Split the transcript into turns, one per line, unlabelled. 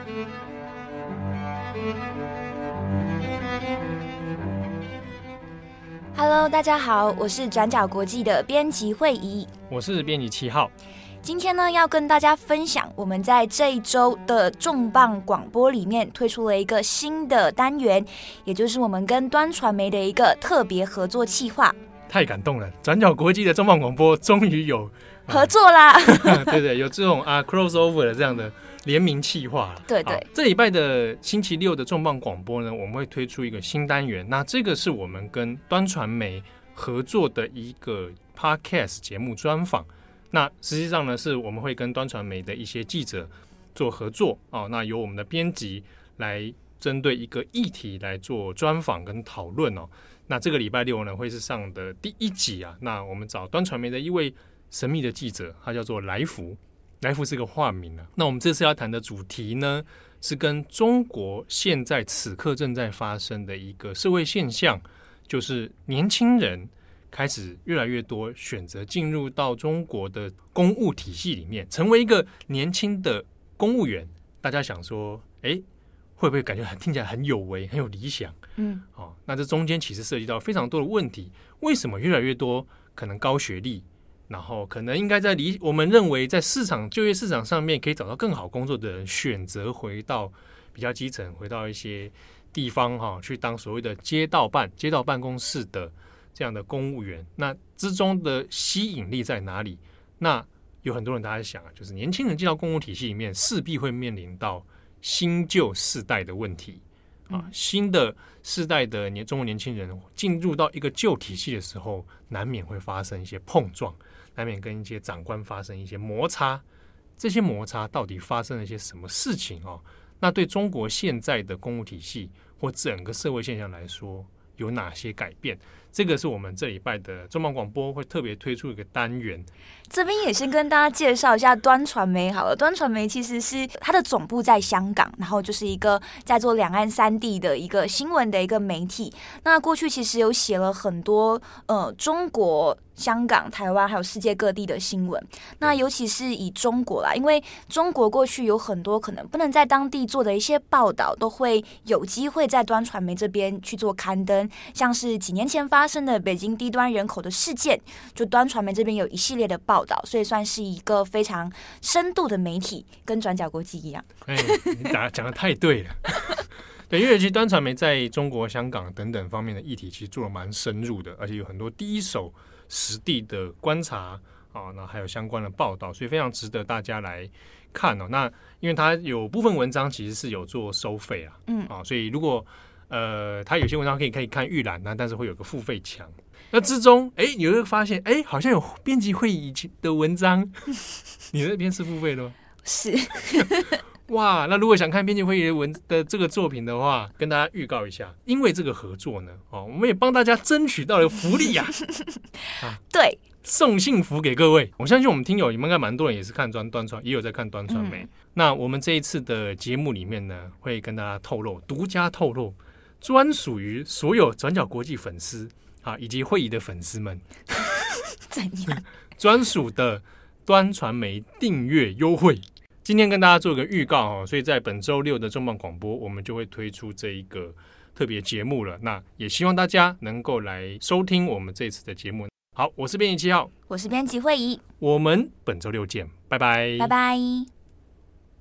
Hello， 大家好，我是转角国际的编辑慧仪，
我是编辑7号。
今天呢，要跟大家分享我们在这一周的重磅广播里面推出了一个新的单元，也就是我们跟端传媒的一个特别合作企划。
太感动了，转角国际的重磅广播终于有
合作啦！
对对，有这种crossover 的这样的联名企划。
对对，
这礼拜的星期六的重磅广播呢，我们会推出一个新单元。那这个是我们跟端传媒合作的一个 podcast 节目专访。那实际上呢，是我们会跟端传媒的一些记者做合作哦。那由我们的编辑来针对一个议题来做专访跟讨论哦。那这个礼拜六呢，会是上的第1集啊。那我们找端传媒的一位神秘的记者，他叫做来福。来福是个化名啊。那我们这次要谈的主题呢，是跟中国现在此刻正在发生的一个社会现象，就是年轻人开始越来越多选择进入到中国的公务体系里面，成为一个年轻的公务员。大家想说，会不会感觉听起来很有为、很有理想？那这中间其实涉及到非常多的问题。为什么越来越多可能高学历，然后可能应该在我们认为在就业市场上面可以找到更好工作的人，选择回到比较基层，回到一些地方去当所谓的街道办公室的这样的公务员？那之中的吸引力在哪里？那有很多人大家想就是年轻人进到公务体系里面，势必会面临到新旧世代的问题新的世代的中国年轻人进入到一个旧体系的时候，难免会发生一些碰撞，难免跟一些长官发生一些摩擦。这些摩擦到底发生了一些什么事情那对中国现在的公务体系或整个社会现象来说，有哪些改变？这个是我们这礼拜的重磅广播会特别推出一个单元。
这边也先跟大家介绍一下端传媒好了。端传媒其实是它的总部在香港，然后就是一个在做两岸3地的一个新闻的一个媒体。那过去其实有写了很多中国、香港、台湾还有世界各地的新闻。那尤其是以中国啦，因为中国过去有很多可能不能在当地做的一些报道，都会有机会在端传媒这边去做刊登。像是几年前发生的北京低端人口的事件，就端传媒这边有一系列的报道，所以算是一个非常深度的媒体，跟转角国际一样。
你讲得太对了。对，因为其实端传媒在中国、香港等等方面的议题，其实做得蛮深入的，而且有很多第一手实地的观察那还有相关的报道，所以非常值得大家来看那因为它有部分文章其实是有做收费所以如果它有些文章可以看预览但是会有个付费墙。那之中你会发现好像有编辑会议的文章，你那边是付费的吗？
是。
哇，那如果想看编辑会议的这个作品的话，跟大家预告一下，因为这个合作呢我们也帮大家争取到了福利
对，
送幸福给各位。我相信我们听友应该蛮多人也是看端传，也有在看端传媒那我们这一次的节目里面呢，会跟大家独家透露专属于所有转角国际粉丝以及会议的粉丝们
怎样
专属的端传媒订阅优惠。今天跟大家做一个预告所以在本周6的重磅广播，我们就会推出这一个特别节目了。那也希望大家能够来收听我们这次的节目。好，我是编辑7号，
我是编辑慧仪，
我们本周6见，拜拜，
拜拜。